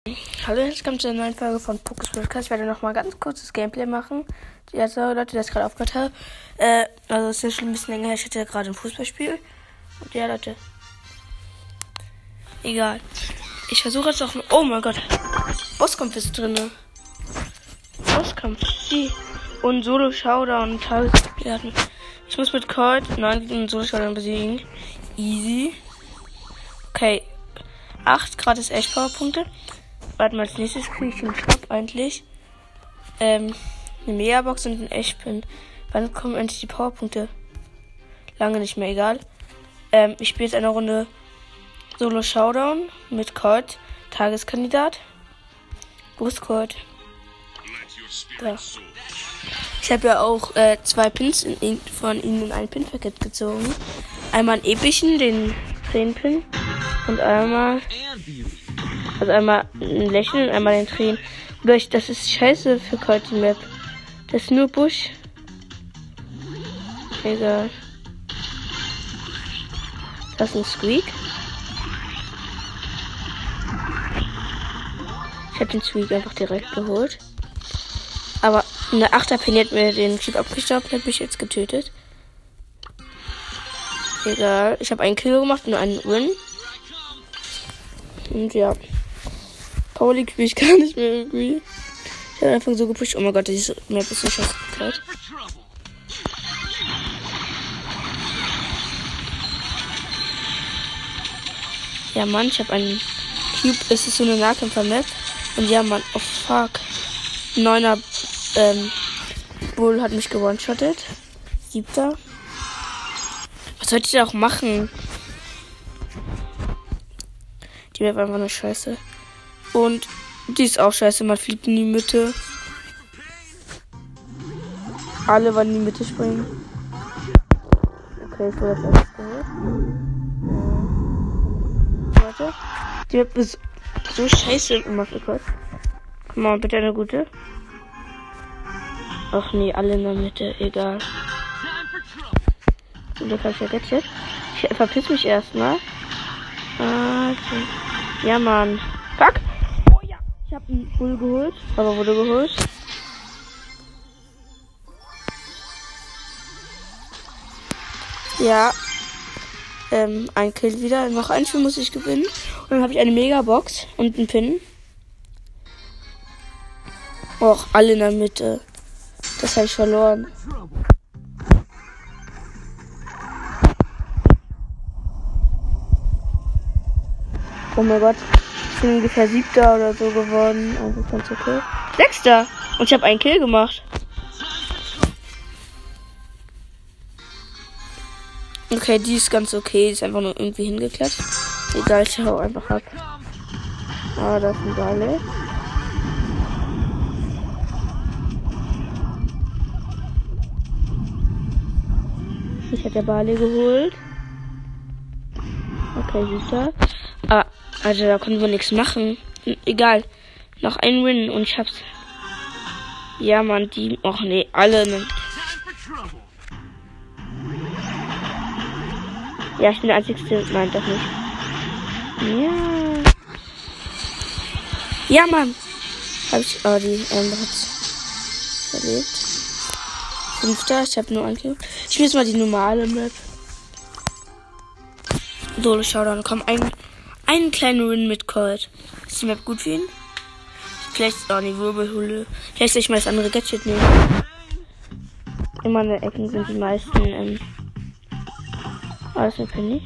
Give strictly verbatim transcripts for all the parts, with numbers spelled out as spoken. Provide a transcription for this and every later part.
Hallo, jetzt kommt zu einer neuen Folge von Pokus Podcast. Ich werde noch mal ganz kurzes Gameplay machen. Die erste Leute, die das gerade aufgehört haben. Äh, also es ist ja schon ein bisschen länger her. Ich hatte ja gerade ein Fußballspiel. Und ja, Leute. Egal. Ich versuche jetzt auch... Oh mein Gott. Bosskampf ist drin. Bosskampf. Sie. Und Solo-Showdown. Ich muss mit Colt neun gegen Solo-Showdown besiegen. Easy. Okay. acht gratis Echt-Powerpunkte. Warte mal, als nächstes kriege ich den Shop eigentlich. Ähm, eine Megabox und ein Echtpin. Wann kommen endlich die Powerpunkte? Lange nicht mehr, egal. Ähm, ich spiele jetzt eine Runde Solo Showdown mit Colt, Tageskandidat. Wo ist Colt? Da. Ich habe ja auch äh, zwei Pins in, von ihnen in ein Pin-Paket gezogen. Einmal einen epischen, den Tränen-Pin. Und einmal... Also einmal ein Lächeln und einmal den Tränen. Das ist scheiße für Colt die Map. Das ist nur Busch. Egal. Das ist ein Squeak. Ich habe den Squeak einfach direkt geholt. Aber eine Achter-Pin hat mir den Typ abgestaubt und hat mich jetzt getötet. Egal. Ich habe einen Kill gemacht und einen Win. Und ja. Power League spiele ich gar nicht mehr irgendwie. Ich habe einfach so gepusht. Oh mein Gott, diese Map ist nicht scheiße. Ja, Mann, ich habe einen Cube. Es ist so eine Nahkämpfer-Map. Und ja, Mann, oh fuck. Neuner ähm, Bull hat mich gewone-shottet. Siebter. Was sollte ich da auch machen? Die Map einfach nur scheiße. Und die ist auch scheiße. Man fliegt in die Mitte. Alle wollen in die Mitte springen. Okay, ich wurde jetzt alles gehört. Warte. Die Map ist so scheiße immer für Gott. Komm mal, bitte eine gute. Ach nee, alle in der Mitte. Egal. Zum Glück habe ich ja Gadget. Ich verpiss mich erstmal. Ah, okay. Ja, Mann. Fuck. Oh ja. Ich habe einen Bull geholt. Aber wurde geholt. Ja. Ähm, ein Kill wieder. Noch ein Spiel muss ich gewinnen. Und dann habe ich eine Megabox und einen Pin. Och, alle in der Mitte. Das habe ich verloren. Oh mein Gott. Ich bin ungefähr siebter oder so geworden. Also ganz okay. Sechster. Und ich habe einen Kill gemacht. Okay, die ist ganz okay. Die ist einfach nur irgendwie hingeklatscht. Egal, ich hau einfach ab. Ah, das ist ein Bale. Ich hätte der Bale geholt. Okay, siebter. Ah, also da konnten wir nichts machen. Egal. Noch ein Win und ich hab's. Ja, Mann, die... Och nee, alle... Ne. Ja, ich bin der einzigste. Nein, doch nicht. Ja. Ja, Mann. Hab ich... Oh, die ähm, hat's verlebt. Fünfter, ich hab nur einen Kill. Ich spiele jetzt mal die normale Map. Solo Showdown. Komm, ein... Einen kleinen Win mit Colt. Ist die Map gut für ihn? Vielleicht, oh ne, Wirbelhöhle. Vielleicht soll ich mal das andere Gadget nehmen. Immer in den Ecken sind die meisten, ähm... Oh, das ist ein Penny.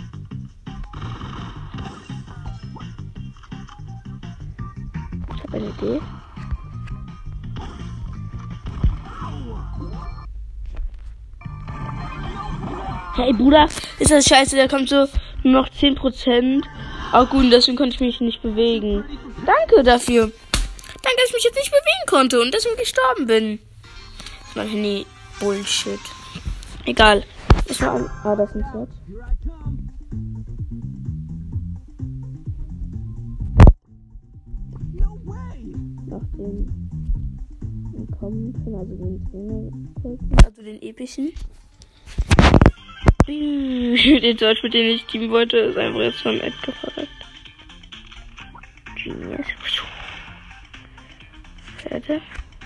Ich habe eine Idee. Hey, Bruder, ist das scheiße, der kommt so nur noch zehn Prozent. Auch gut, deswegen konnte ich mich nicht bewegen. Danke dafür. Danke, dass ich mich jetzt nicht bewegen konnte und deswegen gestorben bin. Das war nie Bullshit. Egal. Ich war an. Ah, das ist ein Set. Nach dem Kommen, also den Trainer, also den epischen. Der Deutsch, mit dem ich teamen wollte, ist einfach jetzt von Edgar verreckt. Ja. Warte.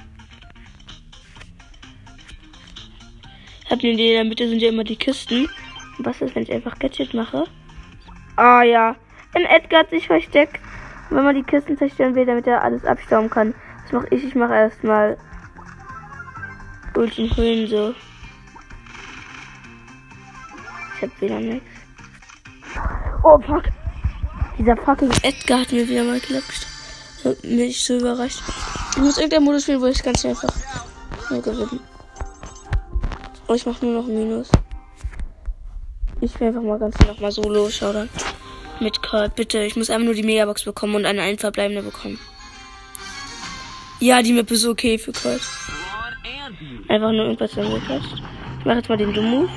Ich hab eine Idee, in der Mitte sind ja immer die Kisten. Und was ist, wenn ich einfach Gadget mache? Ah ja, ein Edgar hat sich versteckt. Und wenn man die Kisten zerstören will, damit er alles abstauben kann. Was mache ich? Ich mache erstmal Ulti Höhlen so. Ich hab wieder nichts. Oh fuck. Dieser fucking Edgar hat mir wieder mal geklappt. Hat mich so überrascht. Ich muss irgendeinen Modus spielen, wo ich ganz einfach nur gewinnen. Oh, ich mach nur noch ein Minus. Ich will einfach mal ganz noch mal solo schauen. Mit Colt, bitte. Ich muss einfach nur die Megabox bekommen und eine einverbleibende bekommen. Ja, die Map ist okay für Colt. Einfach nur irgendwas angepasst. Ich mache jetzt mal den Dumm-Move.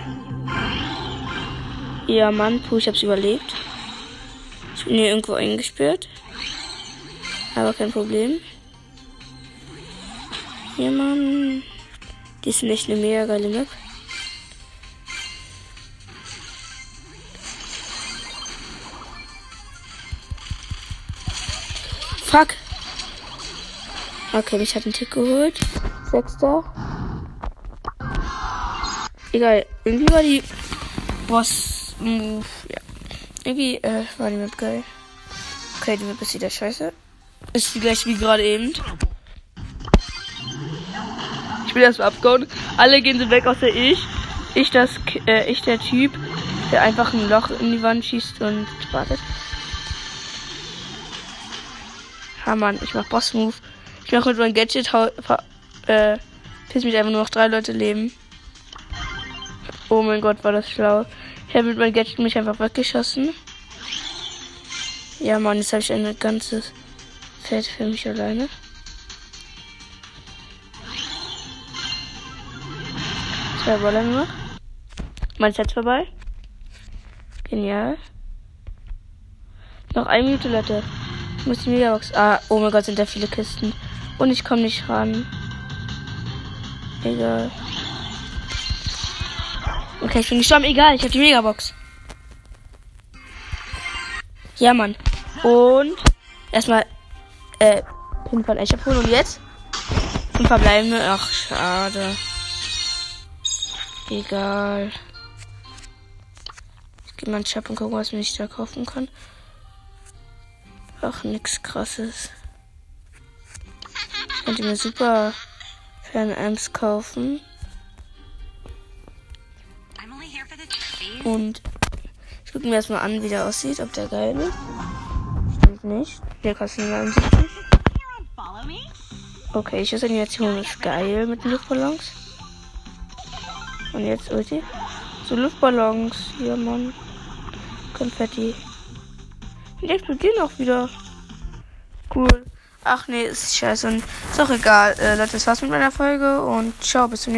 Ja, Mann, puh, ich hab's überlebt. Ich bin hier irgendwo eingesperrt. Aber kein Problem. Ja, Mann. Die ist echt eine mega geile Map. Fuck. Okay, mich hat ein Tick geholt. Sechster. Egal. Irgendwie war die Boss Move. Ja. Irgendwie äh, war die Map geil. Okay, die Map ist wieder scheiße. Ist die gleich wie gerade eben. Ich will erstmal abgehauen. Alle gehen so weg, außer ich. Ich das, äh, ich der Typ, der einfach ein Loch in die Wand schießt und wartet. Ha, Mann, ich mach Boss-Move. Ich mach mit meinem Gadget, hau, äh, piss mich einfach nur noch drei Leute leben. Oh mein Gott, war das schlau. Ich habe mit meinem Gadget mich einfach weggeschossen. Ja, Mann, jetzt habe ich ein ganzes Feld für mich alleine. Zwei Baller nur noch. Mein Set vorbei. Genial. Noch eine Minute, Leute. Ich muss die Megabox. Ah, oh mein Gott, sind da viele Kisten. Und ich komme nicht ran. Egal. Okay, ich bin gestorben. Egal, ich habe die Megabox. Ja, Mann. Und erstmal äh, Pinfall echt abholen. Und jetzt? Fünf verbleibende. Ach, schade. Egal. Ich gehe mal in den Shop und gucken, was ich da kaufen kann. Ach, nix Krasses. Ich könnte mir super Fernamps kaufen. Und ich gucke mir erstmal an, wie der aussieht, ob der geil ist. Stimmt nicht. Der kostet neunundsiebzig. Okay, ich Animation ist geil mit den Luftballons. Und jetzt Ulti. So Luftballons. Hier, Mann. Konfetti. Die explodieren auch wieder. Cool. Ach nee, ist scheiße. Und ist auch egal. Äh, Leute, das war's mit meiner Folge. Und ciao, bis zum nächsten Mal.